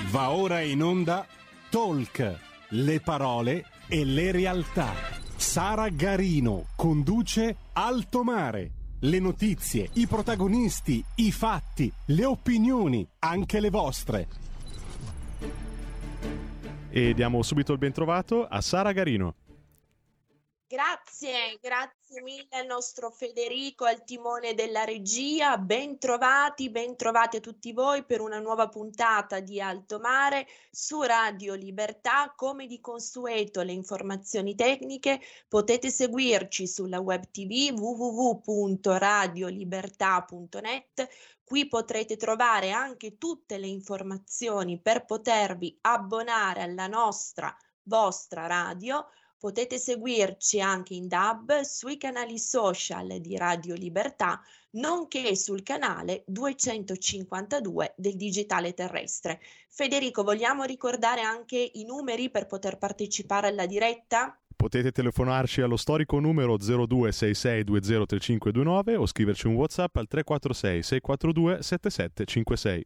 Va ora in onda Talk, le parole e le realtà. Sara Garino conduce Alto Mare. Le notizie, i protagonisti, i fatti, le opinioni, anche le vostre. E diamo subito il bentrovato a Sara Garino. Grazie mille al nostro Federico al timone della regia, ben trovati a tutti voi per una nuova puntata di Alto Mare su Radio Libertà. Come di consueto le informazioni tecniche potete seguirci sulla web tv www.radiolibertà.net. Qui potrete trovare anche tutte le informazioni per potervi abbonare alla vostra radio. Potete seguirci anche in DAB sui canali social di Radio Libertà, nonché sul canale 252 del digitale terrestre. Federico, vogliamo ricordare anche i numeri per poter partecipare alla diretta? Potete telefonarci allo storico numero 0266203529 o scriverci un WhatsApp al 346 642 7756.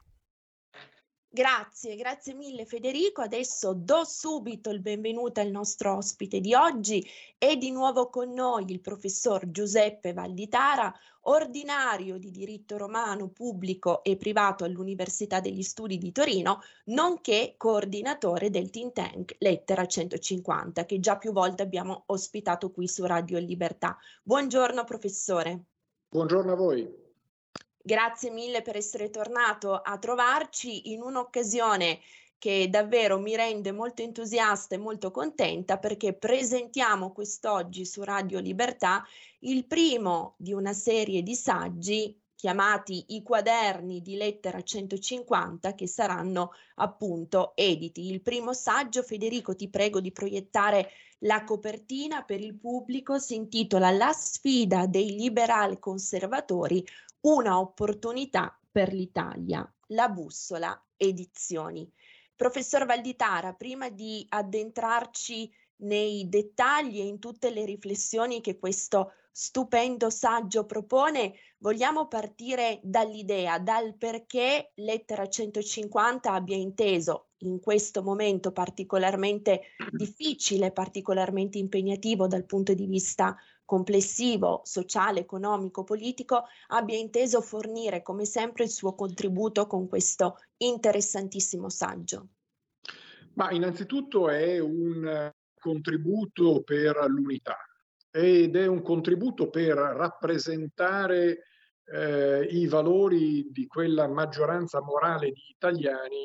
Grazie mille Federico. Adesso do subito il benvenuto al nostro ospite di oggi. È di nuovo con noi il professor Giuseppe Valditara, ordinario di diritto romano pubblico e privato all'Università degli Studi di Torino, nonché coordinatore del think tank Lettera 150, che già più volte abbiamo ospitato qui su Radio Libertà. Buongiorno professore. Buongiorno a voi. Grazie mille per essere tornato a trovarci in un'occasione che davvero mi rende molto entusiasta e molto contenta, perché presentiamo quest'oggi su Radio Libertà il primo di una serie di saggi chiamati I quaderni di Lettera 150, che saranno appunto editi. Il primo saggio, Federico, ti prego di proiettare la copertina per il pubblico, si intitola La sfida dei liberal conservatori, una opportunità per l'Italia, La Bussola Edizioni. Professor Valditara, prima di addentrarci nei dettagli e in tutte le riflessioni che questo stupendo saggio propone, vogliamo partire dall'idea, dal perché Lettera 150 abbia inteso in questo momento particolarmente difficile, particolarmente impegnativo dal punto di vista complessivo, sociale, economico, politico, abbia inteso fornire come sempre il suo contributo con questo interessantissimo saggio. Ma innanzitutto è un contributo per l'unità ed è un contributo per rappresentare i valori di quella maggioranza morale di italiani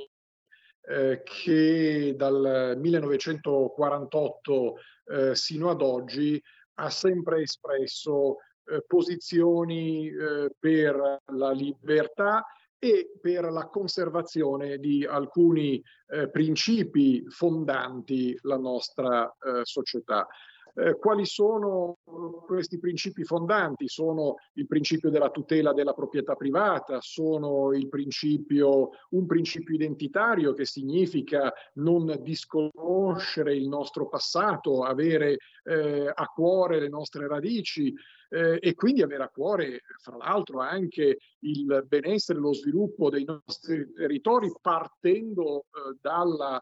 che dal 1948 sino ad oggi ha sempre espresso posizioni per la libertà e per la conservazione di alcuni principi fondanti la nostra società. Quali sono questi principi fondanti? Sono il principio della tutela della proprietà privata, sono un principio identitario che significa non disconoscere il nostro passato, avere a cuore le nostre radici, e quindi avere a cuore, fra l'altro, anche il benessere e lo sviluppo dei nostri territori partendo dalla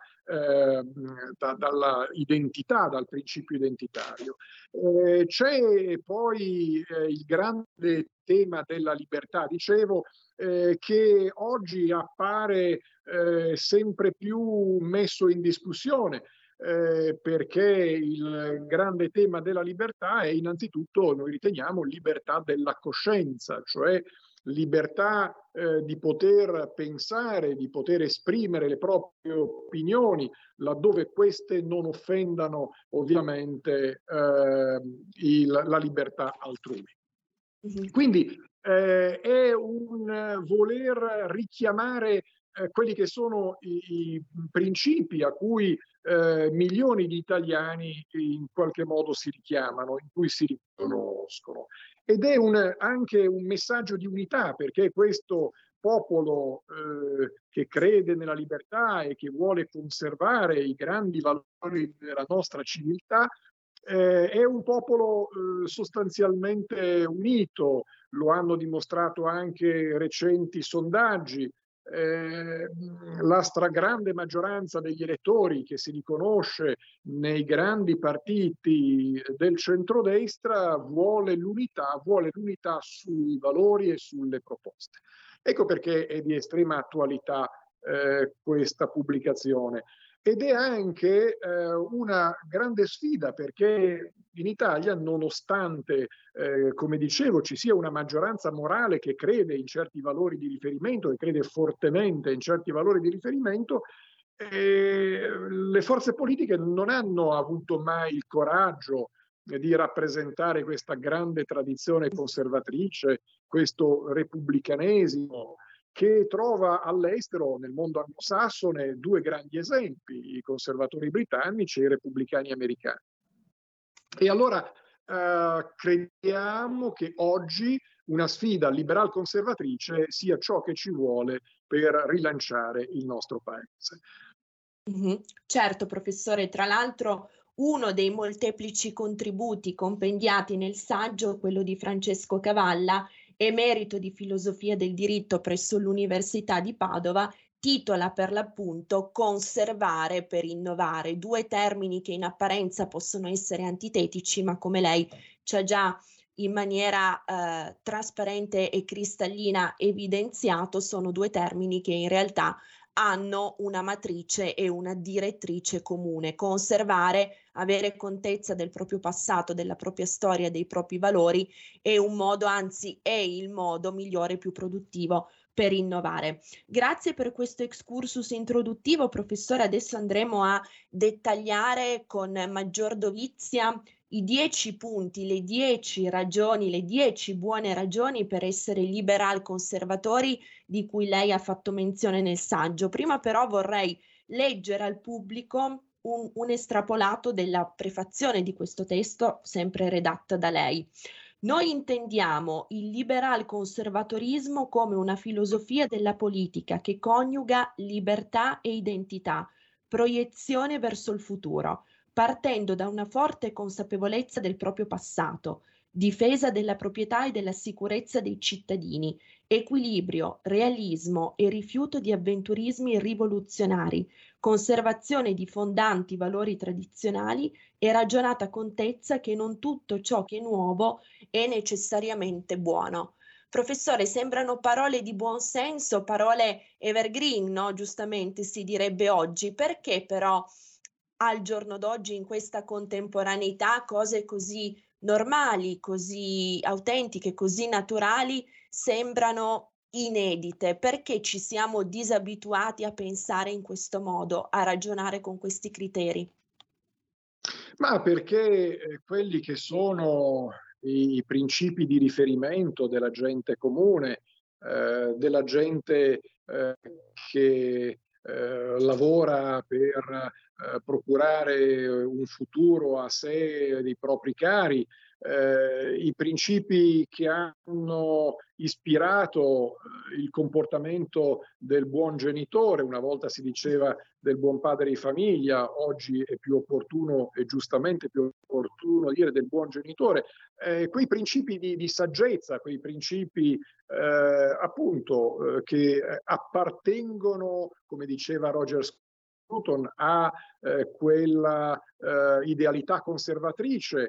identità, dal principio identitario. C'è poi il grande tema della libertà, dicevo, che oggi appare sempre più messo in discussione. Perché il grande tema della libertà è innanzitutto, noi riteniamo, libertà della coscienza, cioè libertà di poter pensare, di poter esprimere le proprie opinioni laddove queste non offendano ovviamente la libertà altrui. Quindi è un voler richiamare quelli che sono i principi a cui milioni di italiani in qualche modo si richiamano, in cui si riconoscono. Ed è anche un messaggio di unità, perché questo popolo che crede nella libertà e che vuole conservare i grandi valori della nostra civiltà è un popolo sostanzialmente unito. Lo hanno dimostrato anche recenti sondaggi. la stragrande maggioranza degli elettori che si riconosce nei grandi partiti del centrodestra vuole l'unità sui valori e sulle proposte. Ecco perché è di estrema attualità questa pubblicazione. Ed è anche una grande sfida, perché in Italia, nonostante, come dicevo, ci sia una maggioranza morale che crede in certi valori di riferimento, che crede fortemente in certi valori di riferimento, le forze politiche non hanno avuto mai il coraggio di rappresentare questa grande tradizione conservatrice, questo repubblicanesimo, che trova all'estero, nel mondo anglosassone, due grandi esempi, i conservatori britannici e i repubblicani americani. E allora crediamo che oggi una sfida liberal-conservatrice sia ciò che ci vuole per rilanciare il nostro paese. Certo, professore, tra l'altro uno dei molteplici contributi compendiati nel saggio, quello di Francesco Cavalla, emerito di filosofia del diritto presso l'Università di Padova, titola per l'appunto Conservare per innovare, due termini che in apparenza possono essere antitetici, ma come lei ci ha già in maniera trasparente e cristallina evidenziato, sono due termini che in realtà hanno una matrice e una direttrice comune: conservare, avere contezza del proprio passato, della propria storia, dei propri valori, è un modo, anzi è il modo migliore e più produttivo per innovare. Grazie per questo excursus introduttivo, professore. Adesso andremo a dettagliare con maggior dovizia i 10 punti, le 10 ragioni, le 10 buone ragioni per essere liberal conservatori di cui lei ha fatto menzione nel saggio. Prima però vorrei leggere al pubblico un estrapolato della prefazione di questo testo, sempre redatta da lei. Noi intendiamo il liberal conservatorismo come una filosofia della politica che coniuga libertà e identità, proiezione verso il futuro, partendo da una forte consapevolezza del proprio passato, difesa della proprietà e della sicurezza dei cittadini, equilibrio, realismo e rifiuto di avventurismi rivoluzionari, conservazione di fondanti valori tradizionali e ragionata contezza che non tutto ciò che è nuovo è necessariamente buono. Professore, sembrano parole di buon senso, parole evergreen, no? Giustamente si direbbe oggi. Perché però al giorno d'oggi, in questa contemporaneità, cose così normali, così autentiche, così naturali sembrano inedite? Perché ci siamo disabituati a pensare in questo modo, a ragionare con questi criteri? Ma perché quelli che sono i principi di riferimento della gente comune, della gente che lavora per procurare un futuro a sé e dei propri cari, i principi che hanno ispirato il comportamento del buon genitore, una volta si diceva del buon padre di famiglia, oggi è più opportuno e giustamente più opportuno dire del buon genitore, quei principi di saggezza, quei principi appunto che appartengono, come diceva Roger Scruton, a quella idealità conservatrice,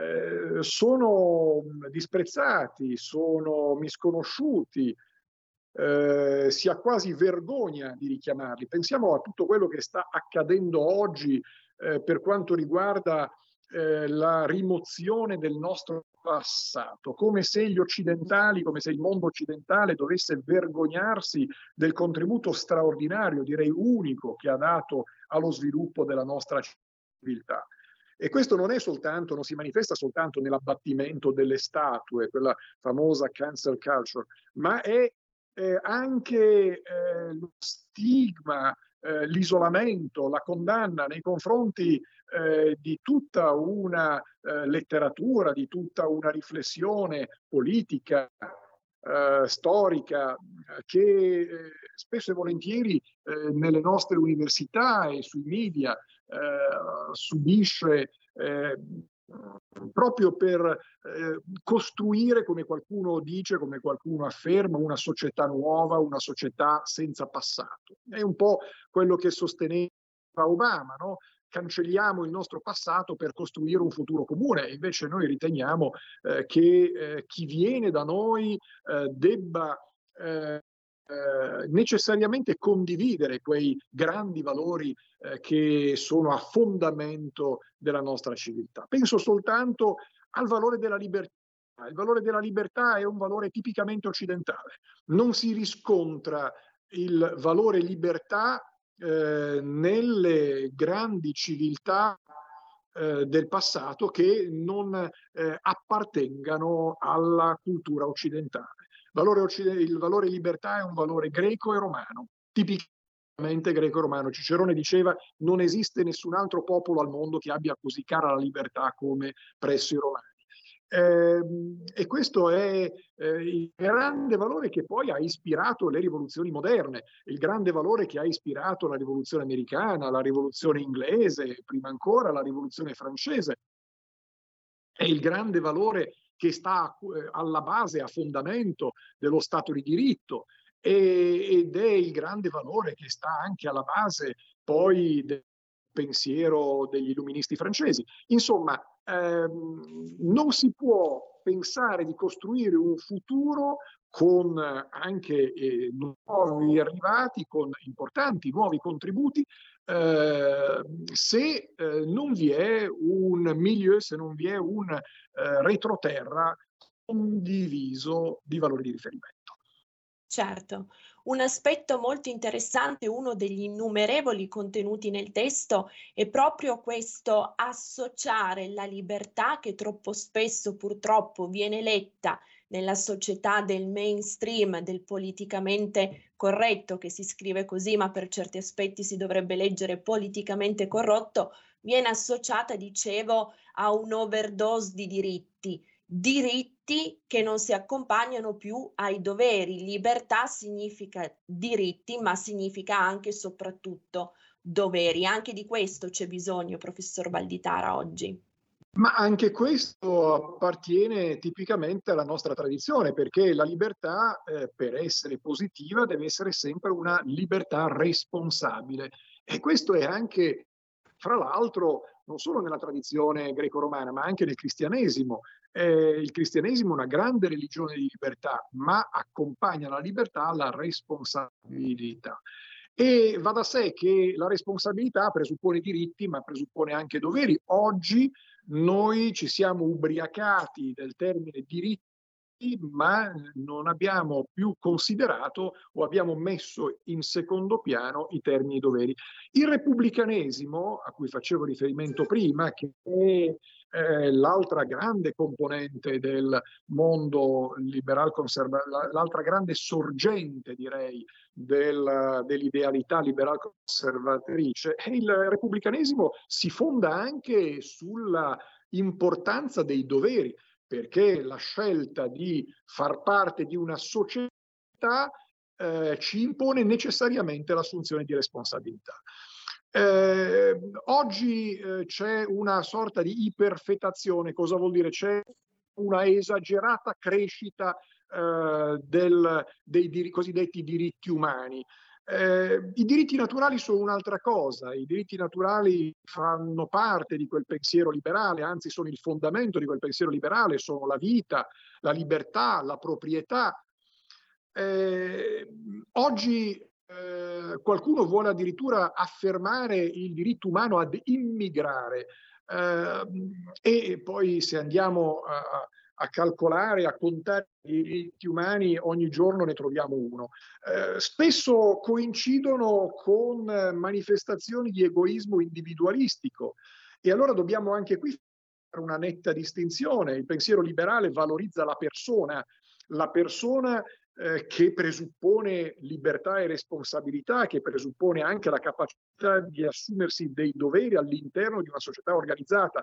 sono disprezzati, sono misconosciuti, si ha quasi vergogna di richiamarli. Pensiamo a tutto quello che sta accadendo oggi per quanto riguarda la rimozione del nostro passato, come se gli occidentali, come se il mondo occidentale dovesse vergognarsi del contributo straordinario, direi unico, che ha dato allo sviluppo della nostra civiltà. E questo non si manifesta soltanto nell'abbattimento delle statue, quella famosa cancel culture, ma è anche lo stigma, l'isolamento, la condanna nei confronti di tutta una letteratura, di tutta una riflessione politica, storica, che spesso e volentieri nelle nostre università e sui media subisce proprio per costruire, come qualcuno dice, come qualcuno afferma, una società nuova, una società senza passato. È un po' quello che sosteneva Obama, no? Cancelliamo il nostro passato per costruire un futuro comune. Invece noi riteniamo che chi viene da noi debba necessariamente condividere quei grandi valori che sono a fondamento della nostra civiltà. Penso soltanto al valore della libertà. Il valore della libertà è un valore tipicamente occidentale. Non si riscontra il valore libertà nelle grandi civiltà del passato che non appartengano alla cultura occidentale. Il valore libertà è un valore greco e romano, tipicamente greco-romano. Cicerone diceva: non esiste nessun altro popolo al mondo che abbia così cara la libertà come presso i romani. E questo è il grande valore che poi ha ispirato le rivoluzioni moderne, il grande valore che ha ispirato la rivoluzione americana, la rivoluzione inglese, prima ancora la rivoluzione francese. È il grande valore che sta alla base, a fondamento dello Stato di diritto, ed è il grande valore che sta anche alla base poi del pensiero degli illuministi francesi. Insomma, non si può pensare di costruire un futuro con anche nuovi arrivati, con importanti nuovi contributi, se non vi è un milieu, se non vi è un retroterra condiviso di valori di riferimento. Certo, un aspetto molto interessante, uno degli innumerevoli contenuti nel testo, è proprio questo associare la libertà che troppo spesso purtroppo viene letta nella società del mainstream, del politicamente corretto, che si scrive così, ma per certi aspetti si dovrebbe leggere politicamente corrotto, viene associata, dicevo, a un'overdose di diritti che non si accompagnano più ai doveri. Libertà significa diritti, ma significa anche e soprattutto doveri. Anche di questo c'è bisogno, professor Valditara, oggi. Ma anche questo appartiene tipicamente alla nostra tradizione, perché la libertà, per essere positiva, deve essere sempre una libertà responsabile. E questo è anche, fra l'altro, non solo nella tradizione greco-romana, ma anche nel cristianesimo. Il cristianesimo è una grande religione di libertà, ma accompagna la libertà alla responsabilità. E va da sé che la responsabilità presuppone diritti, ma presuppone anche doveri. Oggi noi ci siamo ubriacati del termine diritti, ma non abbiamo più considerato o abbiamo messo in secondo piano i termini doveri. Il repubblicanesimo, a cui facevo riferimento prima, che è l'altra grande componente del mondo liberal conservatore, l'altra grande sorgente, direi, dell'idealità liberal conservatrice, il repubblicanesimo si fonda anche sulla importanza dei doveri, perché la scelta di far parte di una società ci impone necessariamente l'assunzione di responsabilità. Oggi c'è una sorta di iperfetazione. Cosa vuol dire? C'è una esagerata crescita dei cosiddetti diritti umani. I diritti naturali sono un'altra cosa. I diritti naturali fanno parte di quel pensiero liberale, anzi sono il fondamento di quel pensiero liberale, sono la vita, la libertà, la proprietà. Oggi qualcuno vuole addirittura affermare il diritto umano ad immigrare, e poi se andiamo a calcolare, a contare i diritti umani, ogni giorno ne troviamo uno. Spesso coincidono con manifestazioni di egoismo individualistico, e allora dobbiamo anche qui fare una netta distinzione. Il pensiero liberale valorizza la persona che presuppone libertà e responsabilità, che presuppone anche la capacità di assumersi dei doveri all'interno di una società organizzata.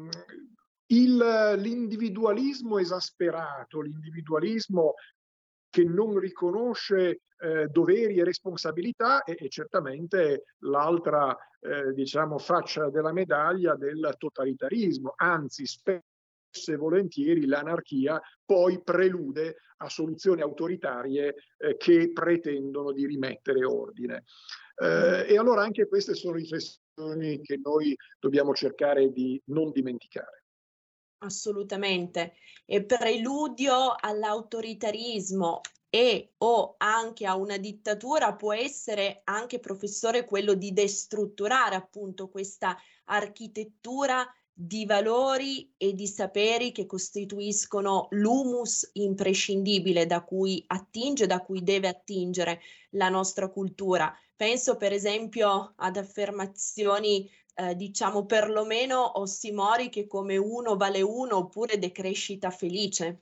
L'individualismo esasperato, l'individualismo che non riconosce doveri e responsabilità, e certamente l'altra diciamo faccia della medaglia del totalitarismo, anzi spesso e volentieri l'anarchia poi prelude a soluzioni autoritarie che pretendono di rimettere ordine. E allora anche queste sono riflessioni che noi dobbiamo cercare di non dimenticare. Assolutamente. E preludio all'autoritarismo e o anche a una dittatura può essere anche, professore, quello di destrutturare appunto questa architettura di valori e di saperi che costituiscono l'humus imprescindibile da cui deve attingere la nostra cultura. Penso per esempio ad affermazioni diciamo perlomeno ossimoriche come uno vale uno oppure decrescita felice.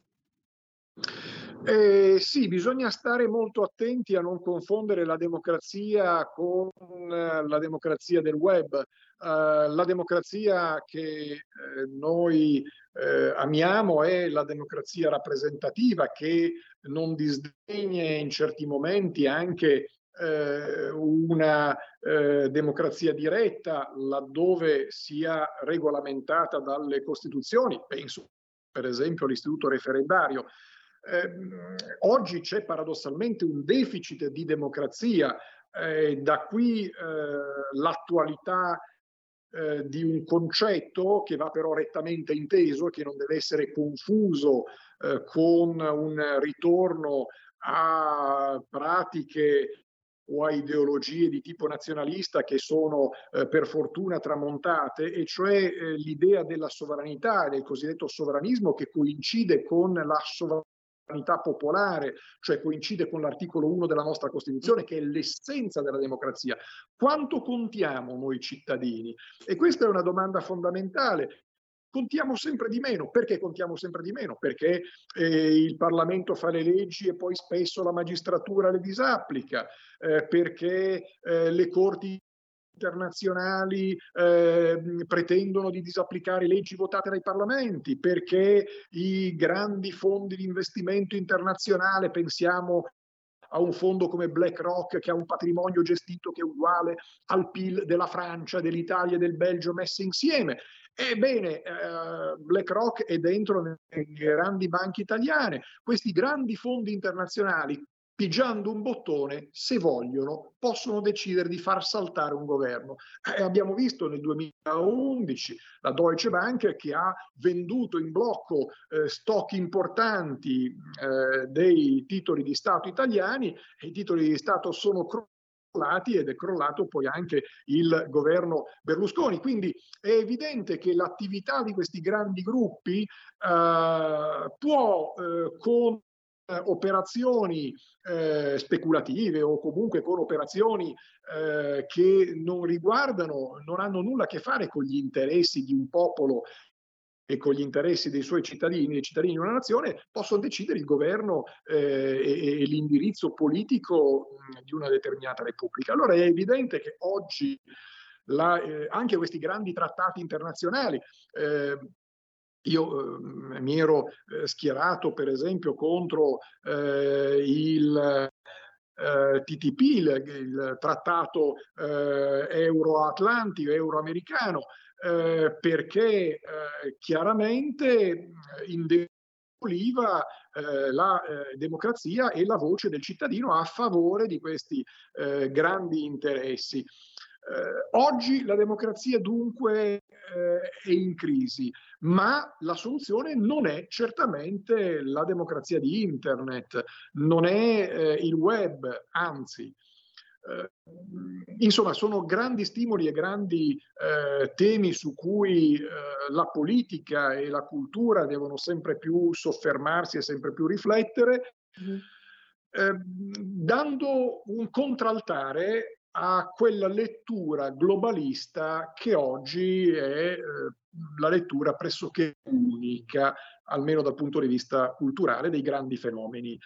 Sì, bisogna stare molto attenti a non confondere la democrazia con la democrazia del web. La democrazia che noi amiamo è la democrazia rappresentativa, che non disdegna in certi momenti anche una democrazia diretta laddove sia regolamentata dalle Costituzioni. Penso per esempio all'istituto referendario. Oggi c'è paradossalmente un deficit di democrazia, da qui l'attualità di un concetto che va però rettamente inteso, che non deve essere confuso con un ritorno a pratiche o a ideologie di tipo nazionalista che sono per fortuna tramontate, e cioè l'idea della sovranità, del cosiddetto sovranismo, che coincide con la sovranità popolare, cioè coincide con l'articolo 1 della nostra Costituzione, che è l'essenza della democrazia. Quanto contiamo noi cittadini? E questa è una domanda fondamentale. Contiamo sempre di meno. Perché contiamo sempre di meno? Perché il Parlamento fa le leggi e poi spesso la magistratura le disapplica, perché le corti internazionali pretendono di disapplicare leggi votate dai parlamenti, perché i grandi fondi di investimento internazionale, pensiamo a un fondo come BlackRock che ha un patrimonio gestito che è uguale al PIL della Francia, dell'Italia e del Belgio messi insieme. Ebbene, BlackRock è dentro nelle grandi banche italiane. Questi grandi fondi internazionali, pigiando un bottone, se vogliono, possono decidere di far saltare un governo. Abbiamo visto nel 2011 la Deutsche Bank che ha venduto in blocco stock importanti dei titoli di Stato italiani, e i titoli di Stato sono crollati ed è crollato poi anche il governo Berlusconi. Quindi è evidente che l'attività di questi grandi gruppi può con operazioni speculative o comunque con operazioni che non hanno nulla a che fare con gli interessi di un popolo e con gli interessi dei suoi cittadini, dei cittadini di una nazione, possono decidere il governo e l'indirizzo politico di una determinata repubblica. Allora è evidente che oggi anche questi grandi trattati internazionali, io mi ero schierato per esempio contro il TTP, il trattato euro-atlantico, euro-americano, perché chiaramente indeboliva la democrazia e la voce del cittadino a favore di questi grandi interessi. Oggi la democrazia dunque è in crisi, ma la soluzione non è certamente la democrazia di Internet, non è il web, anzi. Insomma, sono grandi stimoli e grandi temi su cui la politica e la cultura devono sempre più soffermarsi e sempre più riflettere, dando un contraltare a quella lettura globalista che oggi è la lettura pressoché unica, almeno dal punto di vista culturale, dei grandi fenomeni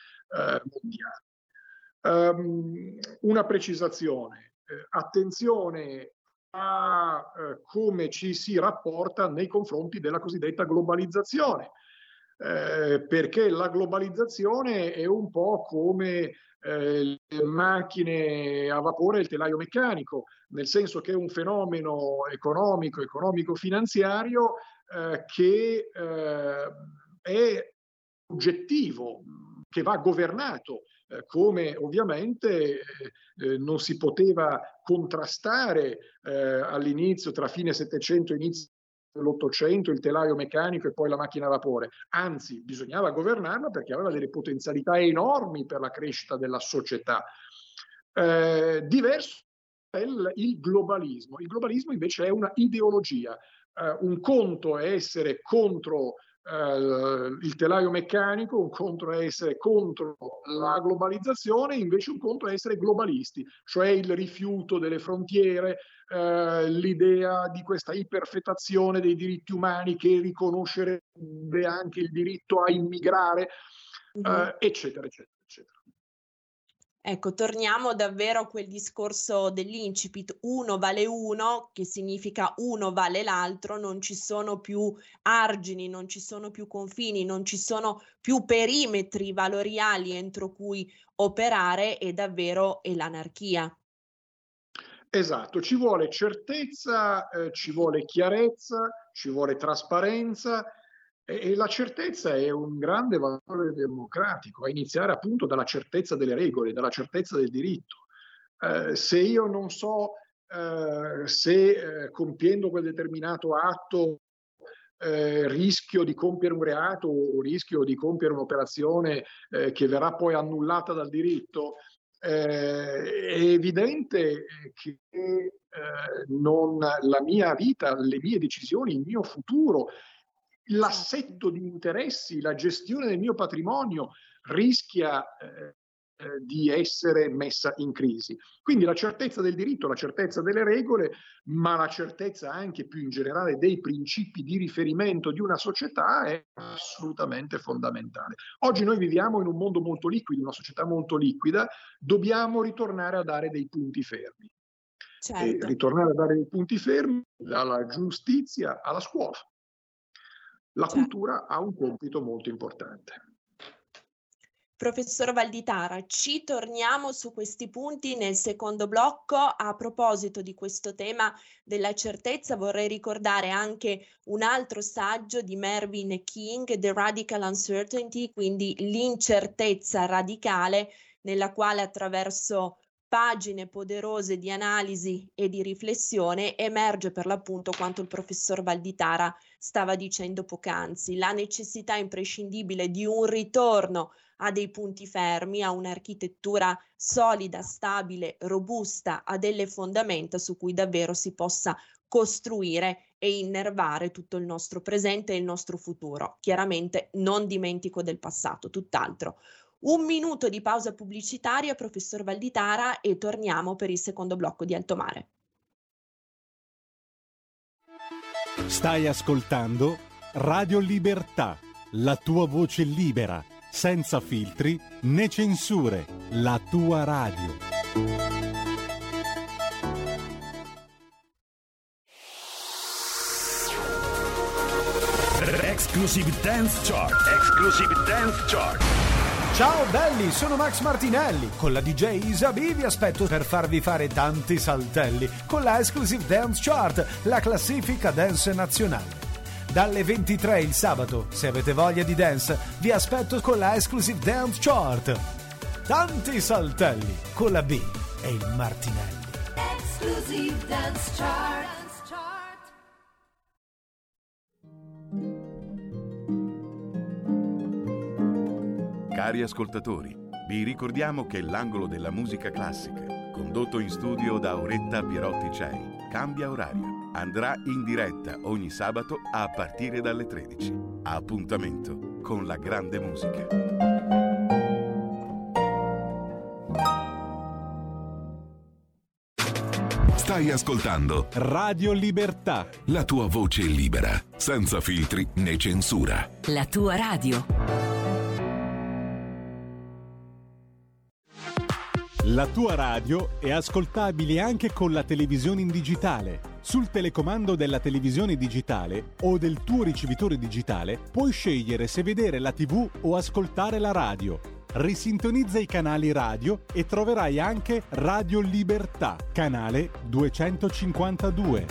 mondiali. Una precisazione, attenzione a come ci si rapporta nei confronti della cosiddetta globalizzazione. perché la globalizzazione è un po' come le macchine a vapore e il telaio meccanico, nel senso che è un fenomeno economico-finanziario che è oggettivo, che va governato, come ovviamente non si poteva contrastare all'inizio, tra fine Settecento e inizio dell'Ottocento, il telaio meccanico e poi la macchina a vapore. Anzi, bisognava governarla perché aveva delle potenzialità enormi per la crescita della società. Diverso è il globalismo. Il globalismo invece è una ideologia. Un conto è essere contro il telaio meccanico, un conto è essere contro la globalizzazione, invece un conto è essere globalisti, cioè il rifiuto delle frontiere, l'idea di questa iperfettazione dei diritti umani che riconoscerebbe anche il diritto a immigrare, eccetera, eccetera, eccetera. Ecco, torniamo davvero a quel discorso dell'incipit, uno vale uno, che significa uno vale l'altro, non ci sono più argini, non ci sono più confini, non ci sono più perimetri valoriali entro cui operare, e davvero è l'anarchia. Esatto, ci vuole certezza, ci vuole chiarezza, ci vuole trasparenza. E la certezza è un grande valore democratico, a iniziare appunto dalla certezza delle regole, dalla certezza del diritto. Se io non so se compiendo quel determinato atto rischio di compiere un reato o rischio di compiere un'operazione che verrà poi annullata dal diritto, è evidente che la mia vita, le mie decisioni, il mio futuro, l'assetto di interessi, la gestione del mio patrimonio rischia di essere messa in crisi. Quindi la certezza del diritto, la certezza delle regole, ma la certezza anche più in generale dei principi di riferimento di una società è assolutamente fondamentale. Oggi noi viviamo in un mondo molto liquido, una società molto liquida, dobbiamo ritornare a dare dei punti fermi. Certo. E ritornare a dare dei punti fermi dalla giustizia alla scuola. La cultura ha un compito molto importante. Professor Valditara, ci torniamo su questi punti nel secondo blocco. A proposito di questo tema della certezza, vorrei ricordare anche un altro saggio di Mervyn King, The Radical Uncertainty, quindi l'incertezza radicale, nella quale attraverso pagine poderose di analisi e di riflessione emerge per l'appunto quanto il professor Valditara stava dicendo poc'anzi, la necessità imprescindibile di un ritorno a dei punti fermi, a un'architettura solida, stabile, robusta, a delle fondamenta su cui davvero si possa costruire e innervare tutto il nostro presente e il nostro futuro. Chiaramente non dimentico del passato, tutt'altro. Un minuto di pausa pubblicitaria, professor Valditara, e torniamo per il secondo blocco di Alto Mare. Stai ascoltando Radio Libertà, la tua voce libera, senza filtri né censure, la tua radio. Exclusive Dance Chart. Exclusive Dance Chart. Ciao belli, sono Max Martinelli. Con la DJ Isabi vi aspetto per farvi fare tanti saltelli con la Exclusive Dance Chart, la classifica dance nazionale. Dalle 23 il sabato, se avete voglia di dance, vi aspetto con la Exclusive Dance Chart. Tanti saltelli con la B e il Martinelli. Exclusive Dance Chart. Cari ascoltatori, vi ricordiamo che l'angolo della musica classica, condotto in studio da Auretta Pierotti Cei, cambia orario. Andrà in diretta ogni sabato a partire dalle 13. Appuntamento con la grande musica. Stai ascoltando Radio Libertà, la tua voce libera, senza filtri né censura. La tua radio. La tua radio è ascoltabile anche con la televisione in digitale. Sul telecomando della televisione digitale o del tuo ricevitore digitale puoi scegliere se vedere la TV o ascoltare la radio. Risintonizza i canali radio e troverai anche Radio Libertà, canale 252.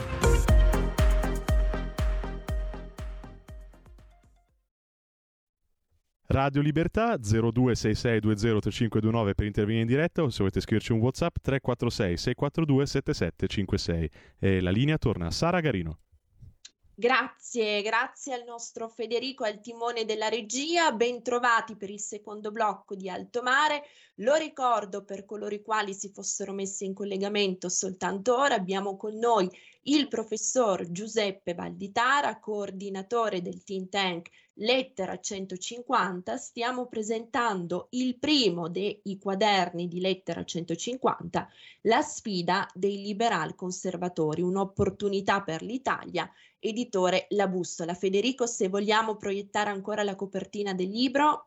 Radio Libertà 0266203529 per intervenire in diretta, o se volete scriverci un WhatsApp 346 642 7756. E la linea torna a Sara Garino. Grazie al nostro Federico al timone della regia, ben trovati per il secondo blocco di Alto Mare. Lo ricordo per coloro i quali si fossero messi in collegamento soltanto ora, abbiamo con noi il professor Giuseppe Valditara, coordinatore del think tank Lettera 150. Stiamo presentando il primo dei quaderni di Lettera 150, la sfida dei liberal conservatori, un'opportunità per l'Italia, editore La Bussola. Federico, se vogliamo proiettare ancora la copertina del libro,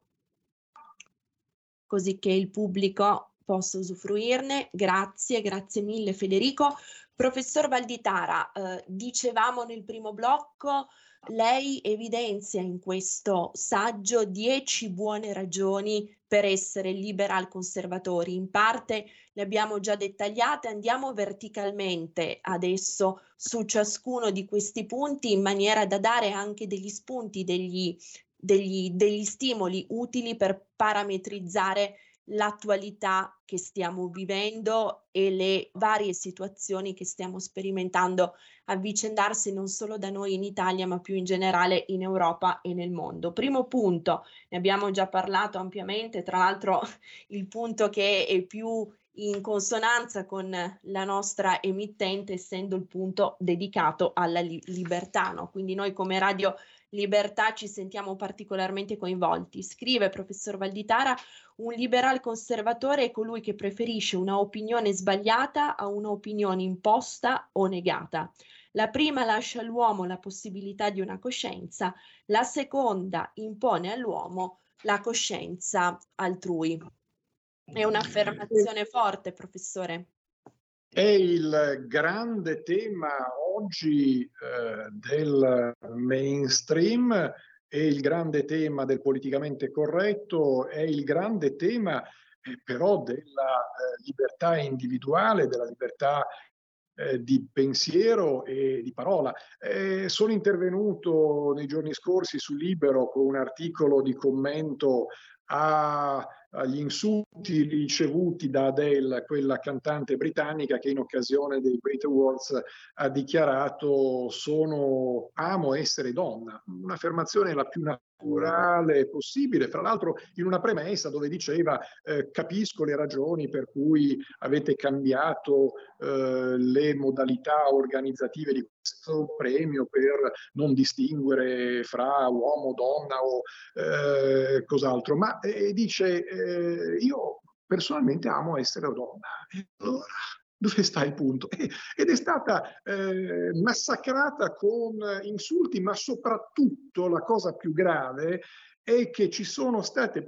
così che il pubblico possa usufruirne. Grazie mille Federico. Professor Valditara, dicevamo nel primo blocco, lei evidenzia in questo saggio 10 buone ragioni per essere liberal conservatori. In parte le abbiamo già dettagliate, andiamo verticalmente adesso su ciascuno di questi punti in maniera da dare anche degli spunti, degli stimoli utili per parametrizzare l'attualità che stiamo vivendo e le varie situazioni che stiamo sperimentando avvicendarsi non solo da noi in Italia, ma più in generale in Europa e nel mondo. Primo punto, ne abbiamo già parlato ampiamente, tra l'altro il punto che è più in consonanza con la nostra emittente, essendo il punto dedicato alla libertà, no? Quindi noi come Radio Libertà ci sentiamo particolarmente coinvolti. Scrive professor Valditara: un liberal conservatore è colui che preferisce una opinione sbagliata a un'opinione imposta o negata. La prima lascia all'uomo la possibilità di una coscienza, la seconda impone all'uomo la coscienza altrui. È un'affermazione forte, professore. È il grande tema oggi del mainstream, è il grande tema del politicamente corretto, è il grande tema però della libertà individuale, della libertà di pensiero e di parola. Sono intervenuto nei giorni scorsi su Libero con un articolo di commento agli insulti ricevuti da Adele, quella cantante britannica che in occasione dei Brit Awards ha dichiarato amo essere donna, un'affermazione la più naturale possibile, fra l'altro in una premessa dove diceva capisco le ragioni per cui avete cambiato le modalità organizzative di questo premio per non distinguere fra uomo, donna o cos'altro, ma dice io personalmente amo essere donna. E allora dove sta il punto? Ed è stata massacrata con insulti, ma soprattutto la cosa più grave è che ci sono stati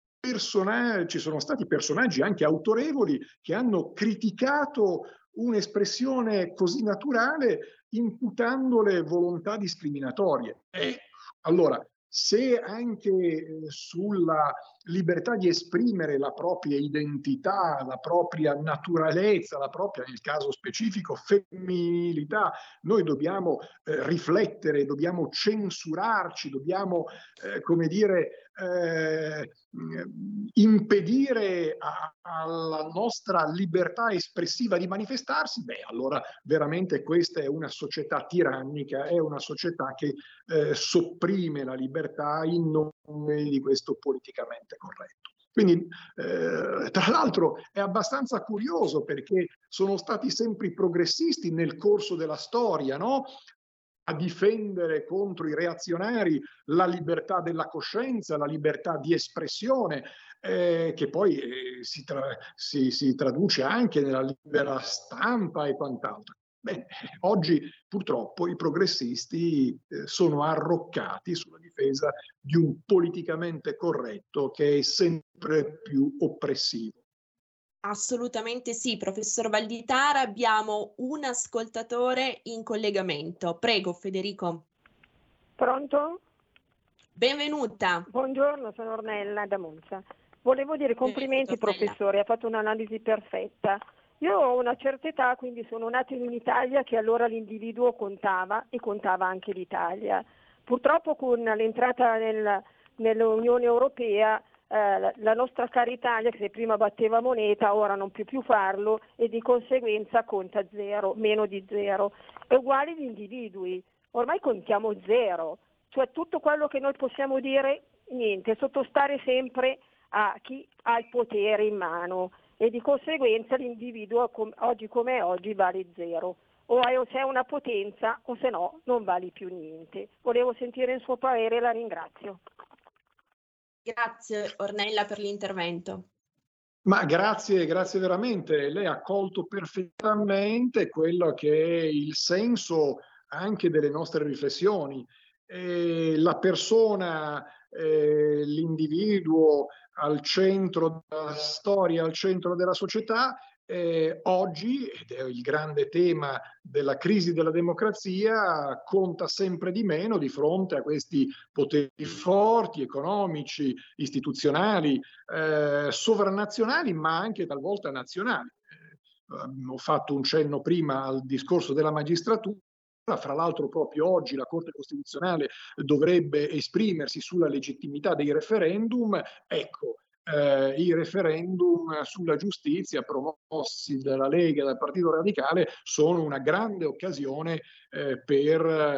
personaggi anche autorevoli che hanno criticato un'espressione così naturale imputandole volontà discriminatorie. Allora, se anche sulla libertà di esprimere la propria identità, la propria naturalezza, la propria, nel caso specifico, femminilità, noi dobbiamo riflettere, dobbiamo censurarci, dobbiamo, impedire alla nostra libertà espressiva di manifestarsi, allora veramente questa è una società tirannica, è una società che sopprime la libertà in nome di questo politicamente corretto. Quindi, tra l'altro, è abbastanza curioso perché sono stati sempre i progressisti nel corso della storia, no? A difendere contro i reazionari la libertà della coscienza, la libertà di espressione, che poi si traduce anche nella libera stampa e quant'altro. Oggi purtroppo i progressisti sono arroccati sulla difesa di un politicamente corretto che è sempre più oppressivo. Assolutamente sì, professor Valditara, abbiamo un ascoltatore in collegamento. Prego, Federico. Pronto? Benvenuta. Buongiorno, sono Ornella da Monza. Volevo dire complimenti professore, ha fatto un'analisi perfetta. Io ho una certa età, quindi sono nata in un'Italia che allora l'individuo contava e contava anche l'Italia. Purtroppo con l'entrata nell'Unione Europea la nostra cara Italia, che prima batteva moneta, ora non può più farlo e di conseguenza conta zero, meno di zero. È uguale gli individui, ormai contiamo zero, cioè tutto quello che noi possiamo dire, niente, sottostare sempre a chi ha il potere in mano e di conseguenza l'individuo oggi come oggi vale zero. O sei una potenza o se no non vali più niente. Volevo sentire il suo parere e la ringrazio. Grazie Ornella per l'intervento. Ma grazie veramente. Lei ha colto perfettamente quello che è il senso anche delle nostre riflessioni. La persona, l'individuo al centro della storia, al centro della società, oggi, ed è il grande tema della crisi della democrazia, conta sempre di meno di fronte a questi poteri forti, economici, istituzionali, sovranazionali, ma anche talvolta nazionali. Ho fatto un cenno prima al discorso della magistratura. Fra l'altro proprio oggi la Corte Costituzionale dovrebbe esprimersi sulla legittimità dei referendum. Ecco, i referendum sulla giustizia promossi dalla Lega e dal Partito Radicale sono una grande occasione per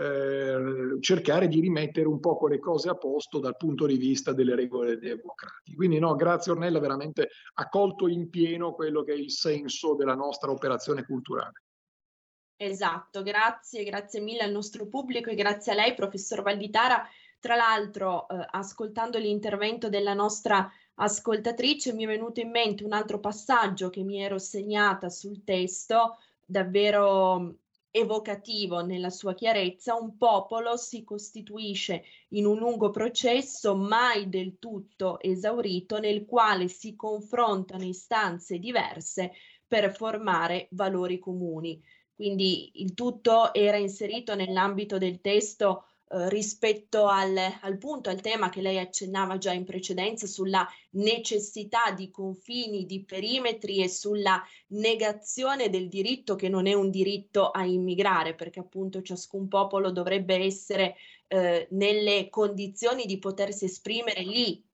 cercare di rimettere un poco le cose a posto dal punto di vista delle regole democratiche. Quindi no, grazie Ornella, veramente ha colto in pieno quello che è il senso della nostra operazione culturale. Esatto, grazie mille al nostro pubblico e grazie a lei, professor Valditara. Tra l'altro, ascoltando l'intervento della nostra ascoltatrice, mi è venuto in mente un altro passaggio che mi ero segnata sul testo, davvero evocativo nella sua chiarezza. Un popolo si costituisce in un lungo processo mai del tutto esaurito, nel quale si confrontano istanze diverse per formare valori comuni. Quindi il tutto era inserito nell'ambito del testo rispetto al punto, al tema che lei accennava già in precedenza sulla necessità di confini, di perimetri e sulla negazione del diritto che non è un diritto a immigrare, perché appunto ciascun popolo dovrebbe essere nelle condizioni di potersi esprimere lì,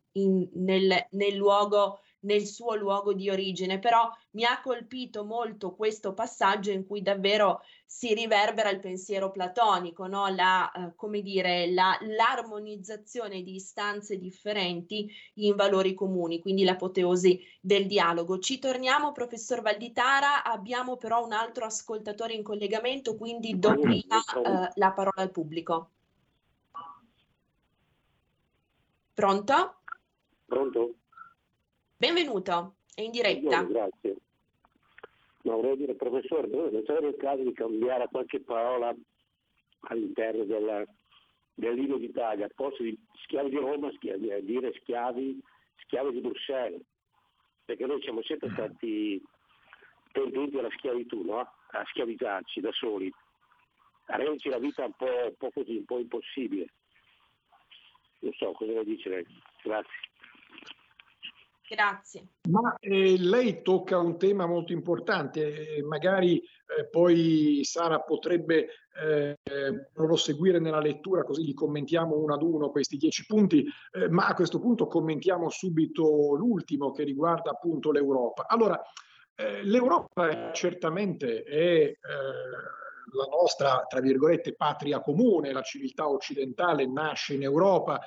nel suo luogo di origine. Però mi ha colpito molto questo passaggio in cui davvero si riverbera il pensiero platonico, no? L'armonizzazione di istanze differenti in valori comuni, quindi l'apoteosi del dialogo. Ci torniamo, professor Valditara, abbiamo però un altro ascoltatore in collegamento, quindi do prima la parola al pubblico. Pronto? Pronto? Benvenuto, è in diretta. Grazie. No, vorrei dire, professore, non sarebbe il caso di cambiare qualche parola all'interno dell'inno d'Italia, al posto di schiavi di Roma, dire schiavi di Bruxelles, perché noi siamo sempre stati tendenti alla schiavitù, no? A schiavizzarci da soli, a renderci la vita un po' così, un po' impossibile. Non so cosa ne dice lei. Grazie. Grazie. Ma lei tocca un tema molto importante, magari poi Sara potrebbe proseguire nella lettura, così li commentiamo uno ad uno questi 10 punti, ma a questo punto commentiamo subito l'ultimo che riguarda appunto l'Europa. Allora, l'Europa certamente è la nostra, tra virgolette, patria comune, la civiltà occidentale nasce in Europa.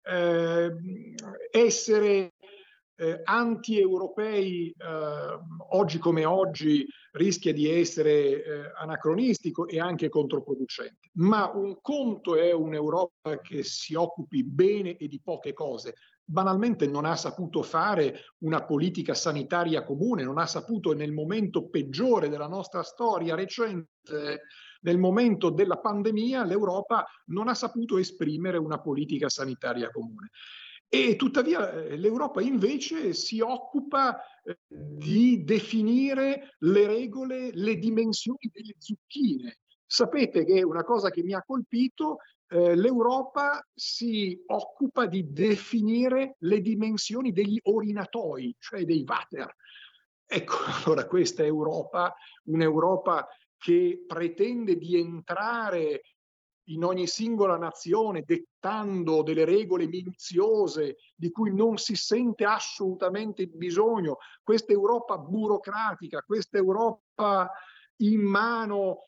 Essere anti-europei oggi come oggi rischia di essere anacronistico e anche controproducente. Ma un conto è un'Europa che si occupi bene e di poche cose. Banalmente non ha saputo fare una politica sanitaria comune, non ha saputo nel momento peggiore della nostra storia recente, nel momento della pandemia, l'Europa non ha saputo esprimere una politica sanitaria comune. E tuttavia l'Europa invece si occupa di definire le regole, le dimensioni delle zucchine. Sapete che una cosa che mi ha colpito, l'Europa si occupa di definire le dimensioni degli orinatoi, cioè dei water. Ecco, allora questa Europa, un'Europa che pretende di entrare in ogni singola nazione dettando delle regole minuziose di cui non si sente assolutamente bisogno, questa Europa burocratica, questa Europa in mano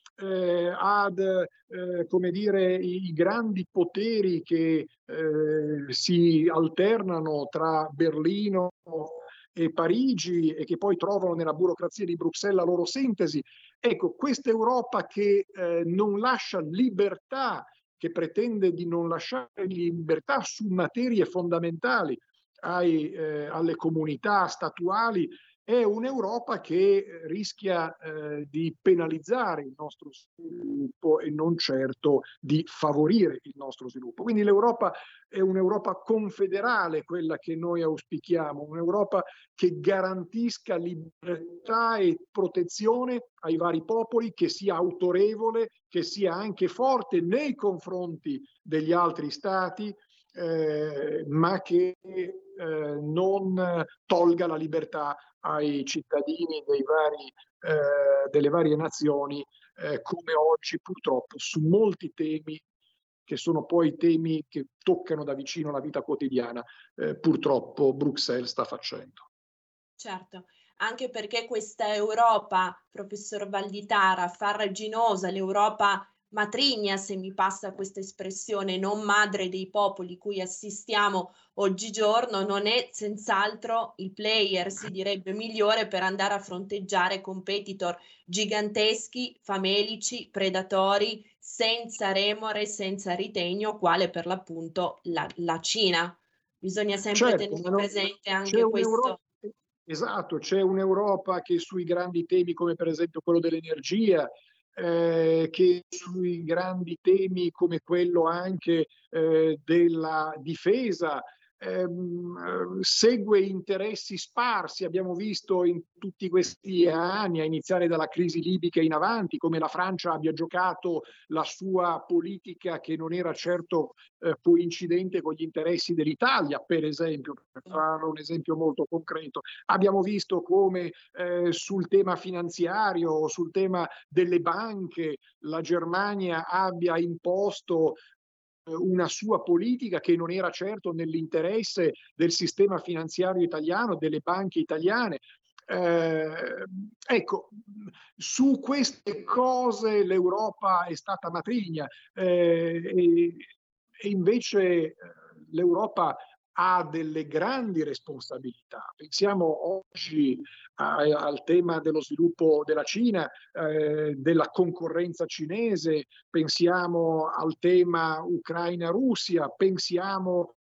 come dire, i grandi poteri che si alternano tra Berlino e Parigi e che poi trovano nella burocrazia di Bruxelles la loro sintesi. Ecco, questa Europa che non lascia libertà, che pretende di non lasciare libertà su materie fondamentali alle comunità statuali, è un'Europa che rischia di penalizzare il nostro sviluppo e non certo di favorire il nostro sviluppo. Quindi l'Europa è un'Europa confederale, quella che noi auspichiamo, un'Europa che garantisca libertà e protezione ai vari popoli, che sia autorevole, che sia anche forte nei confronti degli altri stati, ma che non tolga la libertà ai cittadini delle varie nazioni, come oggi purtroppo su molti temi che sono poi temi che toccano da vicino la vita quotidiana, purtroppo Bruxelles sta facendo. Certo, anche perché questa Europa, professor Valditara, farraginosa, l'Europa matrigna, se mi passa questa espressione, non madre dei popoli cui assistiamo oggigiorno, non è senz'altro il player, si direbbe, migliore per andare a fronteggiare competitor giganteschi, famelici, predatori, senza remore, senza ritegno, quale per l'appunto la Cina. Bisogna sempre tenere presente anche questo. Esatto, c'è un'Europa che sui grandi temi come per esempio quello dell'energia, che sui grandi temi come quello anche della difesa segue interessi sparsi. Abbiamo visto in tutti questi anni, a iniziare dalla crisi libica in avanti, come la Francia abbia giocato la sua politica che non era certo coincidente con gli interessi dell'Italia, per esempio, per fare un esempio molto concreto. Abbiamo visto come sul tema finanziario, sul tema delle banche, la Germania abbia imposto una sua politica che non era certo nell'interesse del sistema finanziario italiano, delle banche italiane. Ecco, su queste cose l'Europa è stata matrigna e invece l'Europa ha delle grandi responsabilità. Pensiamo oggi al tema dello sviluppo della Cina, della concorrenza cinese, pensiamo al tema Ucraina-Russia, pensiamo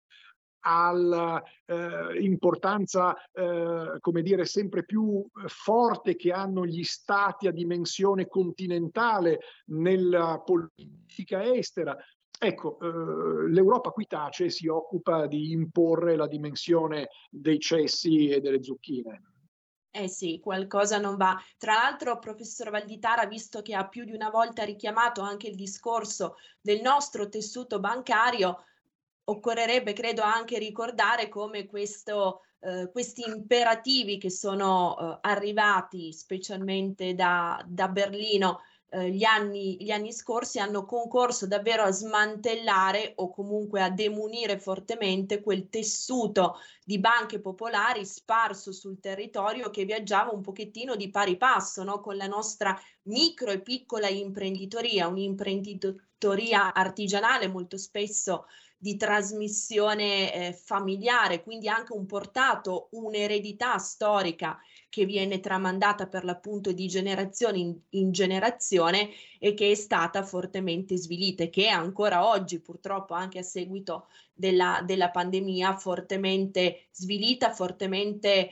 all'importanza, come dire, sempre più forte che hanno gli stati a dimensione continentale nella politica estera. Ecco, l'Europa qui tace e si occupa di imporre la dimensione dei cessi e delle zucchine. Eh sì, qualcosa non va. Tra l'altro, professor Valditara, visto che ha più di una volta richiamato anche il discorso del nostro tessuto bancario, occorrerebbe, credo, anche ricordare come questi imperativi che sono arrivati specialmente da Berlino gli anni scorsi hanno concorso davvero a smantellare o comunque a demunire fortemente quel tessuto di banche popolari sparso sul territorio che viaggiava un pochettino di pari passo, no? Con la nostra micro e piccola imprenditoria, un'imprenditoria artigianale molto spesso di trasmissione familiare, quindi anche un portato, un'eredità storica che viene tramandata per l'appunto di generazione in generazione e che è stata fortemente svilita e che è ancora oggi purtroppo anche a seguito della pandemia fortemente svilita, fortemente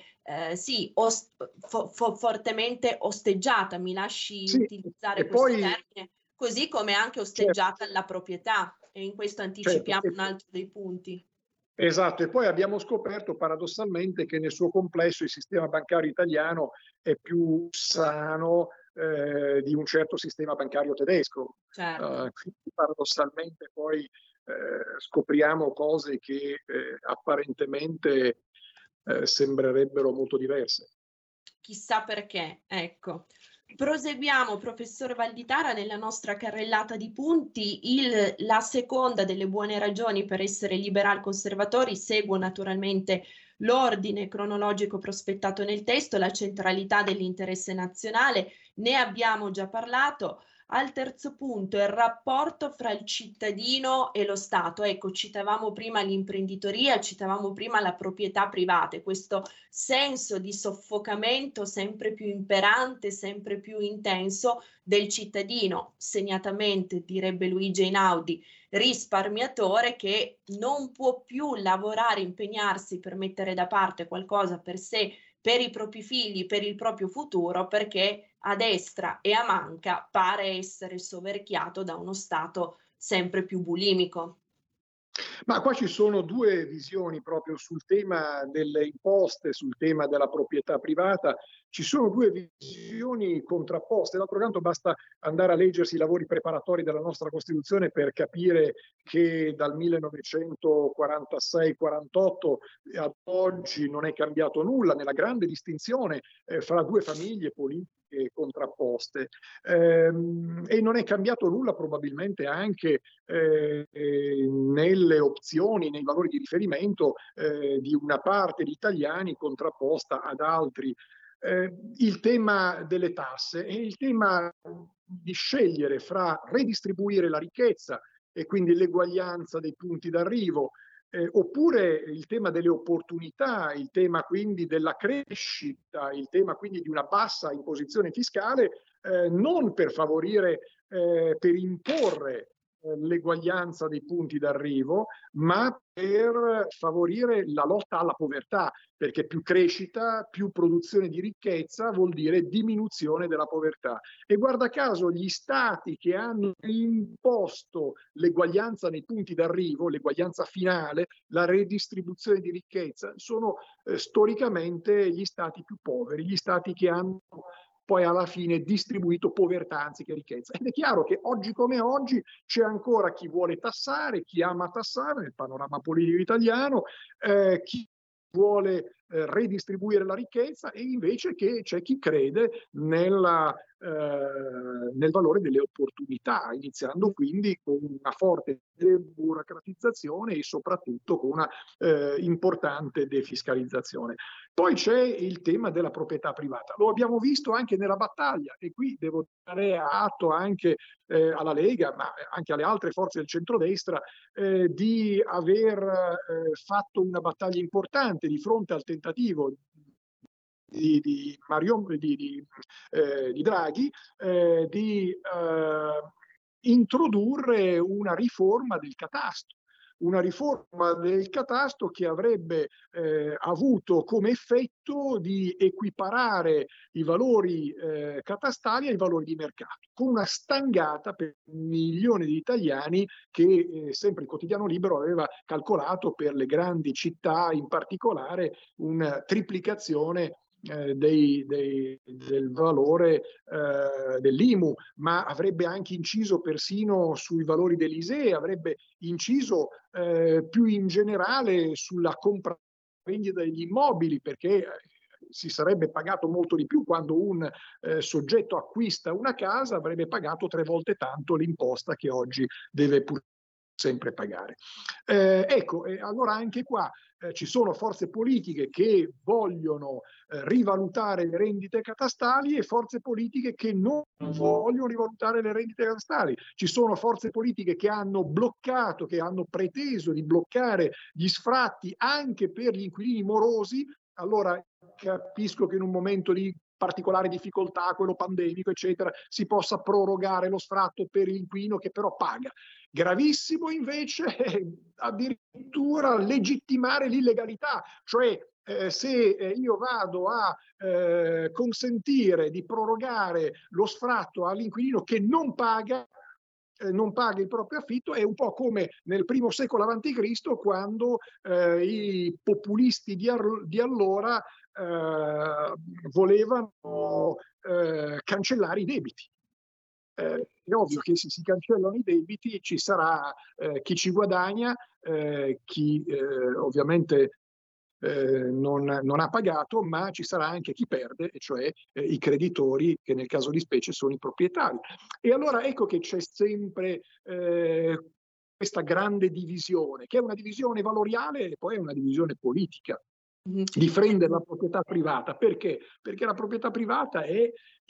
fortemente osteggiata, mi lasci utilizzare questo termine, così come anche osteggiata la proprietà, e in questo anticipiamo un altro dei punti. Esatto, e poi abbiamo scoperto paradossalmente che nel suo complesso il sistema bancario italiano è più sano di un certo sistema bancario tedesco. Certo. Quindi paradossalmente poi scopriamo cose che apparentemente sembrerebbero molto diverse. Chissà perché, ecco. Proseguiamo, professore Valditara, nella nostra carrellata di punti. La seconda delle buone ragioni per essere liberal conservatori, seguo naturalmente l'ordine cronologico prospettato nel testo, la centralità dell'interesse nazionale, ne abbiamo già parlato. Al terzo punto, il rapporto fra il cittadino e lo Stato. Ecco, citavamo prima l'imprenditoria, citavamo prima la proprietà privata, questo senso di soffocamento sempre più imperante, sempre più intenso del cittadino, segnatamente, direbbe Luigi Einaudi, risparmiatore che non può più lavorare, impegnarsi per mettere da parte qualcosa per sé, per i propri figli, per il proprio futuro, perché a destra e a manca pare essere soverchiato da uno Stato sempre più bulimico. Ma qua ci sono due visioni proprio sul tema delle imposte, sul tema della proprietà privata. Ci sono due visioni contrapposte. D'altro canto basta andare a leggersi i lavori preparatori della nostra Costituzione per capire che dal 1946-48 ad oggi non è cambiato nulla nella grande distinzione fra due famiglie politiche contrapposte e non è cambiato nulla probabilmente anche nelle opzioni, nei valori di riferimento di una parte di italiani contrapposta ad altri. Il tema delle tasse è il tema di scegliere fra redistribuire la ricchezza e quindi l'eguaglianza dei punti d'arrivo, oppure il tema delle opportunità, il tema quindi della crescita, il tema quindi di una bassa imposizione fiscale, non per favorire, per imporre l'eguaglianza dei punti d'arrivo, ma per favorire la lotta alla povertà, perché più crescita, più produzione di ricchezza vuol dire diminuzione della povertà. E guarda caso gli stati che hanno imposto l'eguaglianza nei punti d'arrivo, l'eguaglianza finale, la redistribuzione di ricchezza, sono storicamente gli stati più poveri, gli stati che hanno poi alla fine distribuito povertà anziché ricchezza. Ed è chiaro che oggi come oggi c'è ancora chi vuole tassare, chi ama tassare nel panorama politico italiano, chi vuole redistribuire la ricchezza e invece che c'è chi crede nel valore delle opportunità, iniziando quindi con una forte deburocratizzazione e soprattutto con una importante defiscalizzazione. Poi c'è il tema della proprietà privata. Lo abbiamo visto anche nella battaglia e qui devo dare atto anche alla Lega, ma anche alle altre forze del centrodestra, di aver fatto una battaglia importante di fronte al tentativo di Draghi di introdurre una riforma del catasto che avrebbe avuto come effetto di equiparare i valori catastali ai valori di mercato, con una stangata per milioni di italiani che sempre il Quotidiano Libero aveva calcolato per le grandi città, in particolare una triplicazione del valore dell'IMU, ma avrebbe anche inciso persino sui valori dell'ISEE, avrebbe inciso più in generale sulla compravendita degli immobili, perché si sarebbe pagato molto di più quando un soggetto acquista una casa, avrebbe pagato 3 volte tanto l'imposta che oggi deve pur sempre pagare. Allora anche qua ci sono forze politiche che vogliono rivalutare le rendite catastali e forze politiche che non vogliono rivalutare le rendite catastali. Ci sono forze politiche che hanno bloccato, che hanno preteso di bloccare gli sfratti anche per gli inquilini morosi. Allora capisco che in un momento di particolare difficoltà, quello pandemico, eccetera, si possa prorogare lo sfratto per l'inquilino che però paga. Gravissimo invece addirittura legittimare l'illegalità, cioè se io vado a consentire di prorogare lo sfratto all'inquilino che non paga, non paga il proprio affitto. È un po' come nel primo secolo avanti Cristo, quando i populisti di allora volevano cancellare i debiti. È ovvio che se si cancellano i debiti ci sarà chi ci guadagna, chi ovviamente non ha pagato, ma ci sarà anche chi perde, e cioè i creditori, che nel caso di specie sono i proprietari. E allora ecco che c'è sempre questa grande divisione, che è una divisione valoriale e poi è una divisione politica. Difendere la proprietà privata. Perché? Perché la proprietà privata è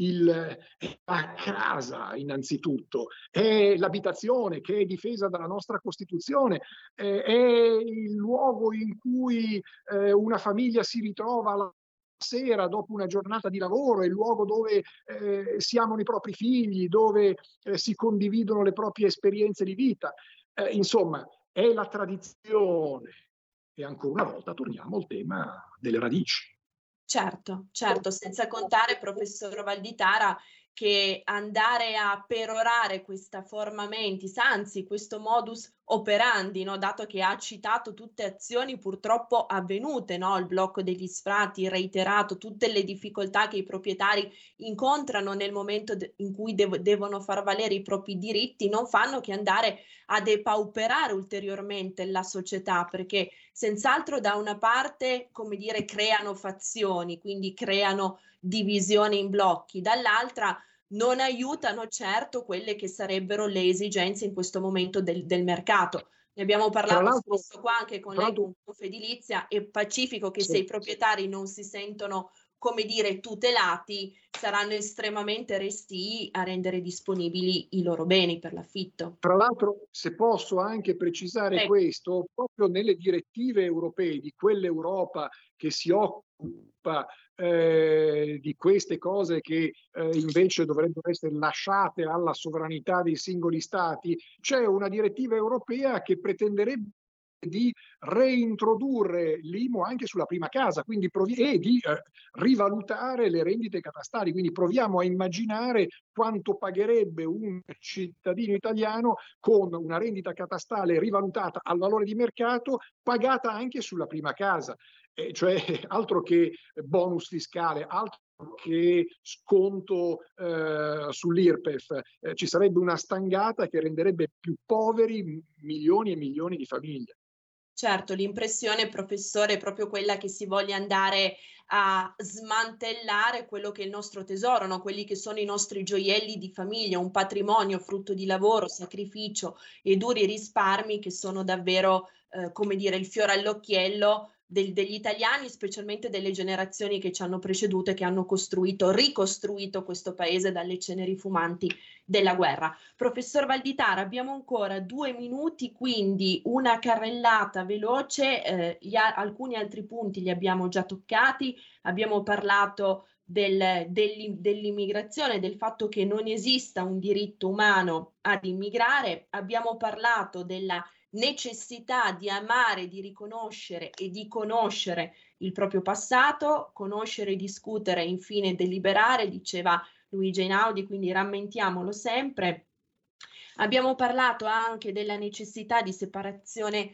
la casa, innanzitutto, è l'abitazione che è difesa dalla nostra Costituzione, è il luogo in cui una famiglia si ritrova la sera dopo una giornata di lavoro, è il luogo dove si amano i propri figli, dove si condividono le proprie esperienze di vita. Insomma, è la tradizione. E ancora una volta torniamo al tema delle radici. Certo, senza contare, professor Valditara, che andare a perorare questa forma mentis, anzi questo modus operandi, no? Dato che ha citato tutte azioni purtroppo avvenute, no? Il blocco degli sfratti reiterato, tutte le difficoltà che i proprietari incontrano nel momento in cui devono far valere i propri diritti, non fanno che andare a depauperare ulteriormente la società, perché senz'altro da una parte, come dire, creano fazioni, quindi creano divisioni in blocchi, dall'altra non aiutano certo quelle che sarebbero le esigenze in questo momento del mercato. Ne abbiamo parlato spesso qua anche con lei, con Confedilizia, è pacifico che se i proprietari non si sentono, come dire, tutelati, saranno estremamente restii a rendere disponibili i loro beni per l'affitto. Tra l'altro, se posso anche precisare questo, proprio nelle direttive europee, di quell'Europa che si occupa di queste cose che invece dovrebbero essere lasciate alla sovranità dei singoli stati, c'è una direttiva europea che pretenderebbe di reintrodurre l'IMU anche sulla prima casa, quindi e di rivalutare le rendite catastali. Quindi proviamo a immaginare quanto pagherebbe un cittadino italiano con una rendita catastale rivalutata al valore di mercato, pagata anche sulla prima casa. Cioè altro che bonus fiscale, altro che sconto sull'IRPEF, ci sarebbe una stangata che renderebbe più poveri milioni e milioni di famiglie. Certo, l'impressione, professore, è proprio quella che si voglia andare a smantellare quello che è il nostro tesoro, no? Quelli che sono i nostri gioielli di famiglia, un patrimonio frutto di lavoro, sacrificio e duri risparmi che sono davvero, come dire, il fiore all'occhiello degli italiani, specialmente delle generazioni che ci hanno preceduto e che hanno ricostruito questo paese dalle ceneri fumanti della guerra. Professor Valditara, abbiamo ancora 2 minuti, quindi una carrellata veloce, alcuni altri punti li abbiamo già toccati, abbiamo parlato dell'immigrazione, del fatto che non esista un diritto umano ad immigrare, abbiamo parlato della necessità di amare, di riconoscere e di conoscere il proprio passato, conoscere, discutere, infine deliberare, diceva Luigi Einaudi, quindi rammentiamolo sempre. Abbiamo parlato anche della necessità di separazione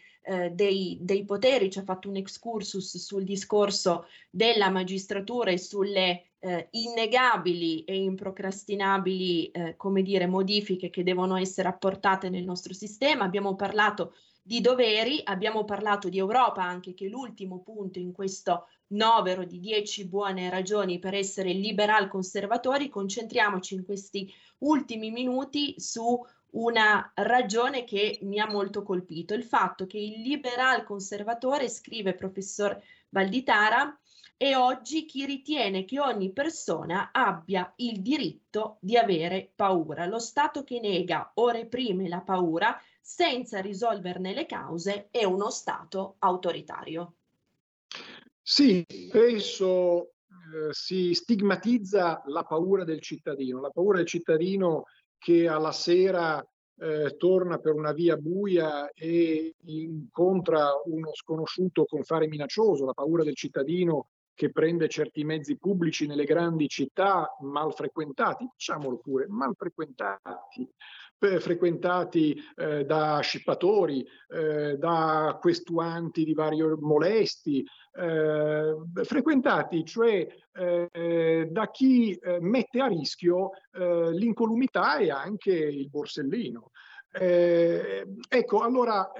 dei poteri, ci ha fatto un excursus sul discorso della magistratura e sulle innegabili e improcrastinabili come dire, modifiche che devono essere apportate nel nostro sistema. Abbiamo parlato di doveri, abbiamo parlato di Europa, anche che è l'ultimo punto in questo novero di 10 buone ragioni per essere liberal conservatori. Concentriamoci in questi ultimi minuti su una ragione che mi ha molto colpito, il fatto che il liberal conservatore, scrive professor Valditara, è oggi chi ritiene che ogni persona abbia il diritto di avere paura. Lo Stato che nega o reprime la paura senza risolverne le cause è uno Stato autoritario. Sì, spesso si stigmatizza la paura del cittadino che alla sera torna per una via buia e incontra uno sconosciuto con fare minaccioso, la paura del cittadino che prende certi mezzi pubblici nelle grandi città mal frequentati, diciamolo pure, mal frequentati da scippatori, da questuanti di vario molesti, frequentati cioè da chi mette a rischio l'incolumità e anche il borsellino. Ecco, allora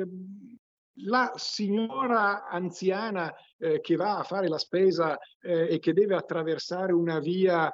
la signora anziana che va a fare la spesa e che deve attraversare una via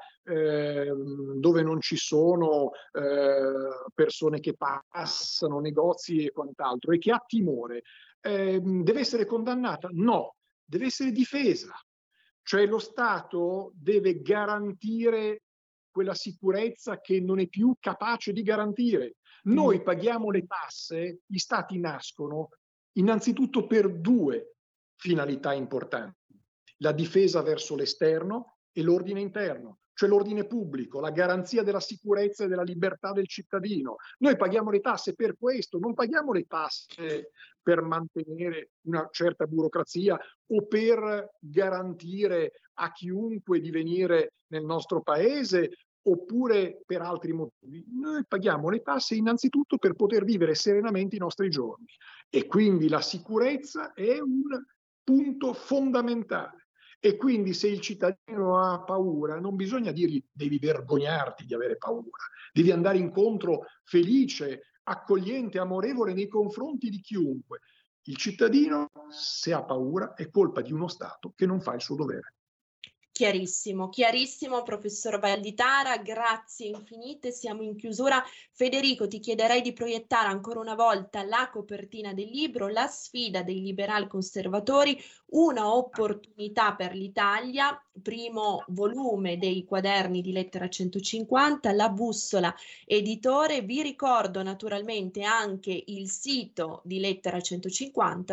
dove non ci sono persone che passano, negozi e quant'altro, e che ha timore, deve essere condannata? No, deve essere difesa. Cioè lo Stato deve garantire quella sicurezza che non è più capace di garantire. Noi paghiamo le tasse, gli Stati nascono innanzitutto per due finalità importanti: la difesa verso l'esterno e l'ordine interno, cioè l'ordine pubblico, la garanzia della sicurezza e della libertà del cittadino. Noi paghiamo le tasse per questo, non paghiamo le tasse per mantenere una certa burocrazia o per garantire a chiunque di venire nel nostro paese oppure per altri motivi. Noi paghiamo le tasse innanzitutto per poter vivere serenamente i nostri giorni, e quindi la sicurezza è un punto fondamentale. E quindi se il cittadino ha paura, non bisogna dirgli devi vergognarti di avere paura, devi andare incontro felice, accogliente, amorevole nei confronti di chiunque. Il cittadino, se ha paura, è colpa di uno Stato che non fa il suo dovere. Chiarissimo, chiarissimo, professor Valditara, grazie infinite, siamo in chiusura. Federico, ti chiederei di proiettare ancora una volta la copertina del libro, La sfida dei liberal conservatori, una opportunità per l'Italia, primo volume dei quaderni di Lettera 150, La Bussola editore. Vi ricordo naturalmente anche il sito di Lettera 150,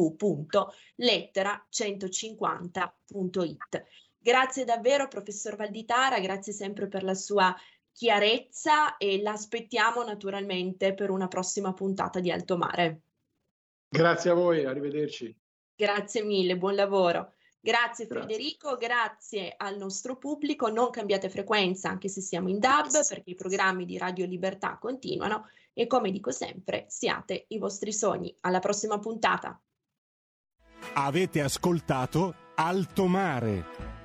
www.lettera150.it. Grazie davvero professor Valditara, grazie sempre per la sua chiarezza e l'aspettiamo naturalmente per una prossima puntata di Alto Mare. Grazie a voi, arrivederci. Grazie mille, buon lavoro. Grazie Federico, grazie al nostro pubblico, non cambiate frequenza anche se siamo in DAB perché i programmi di Radio Libertà continuano e come dico sempre, siate i vostri sogni. Alla prossima puntata. Avete ascoltato Alto Mare.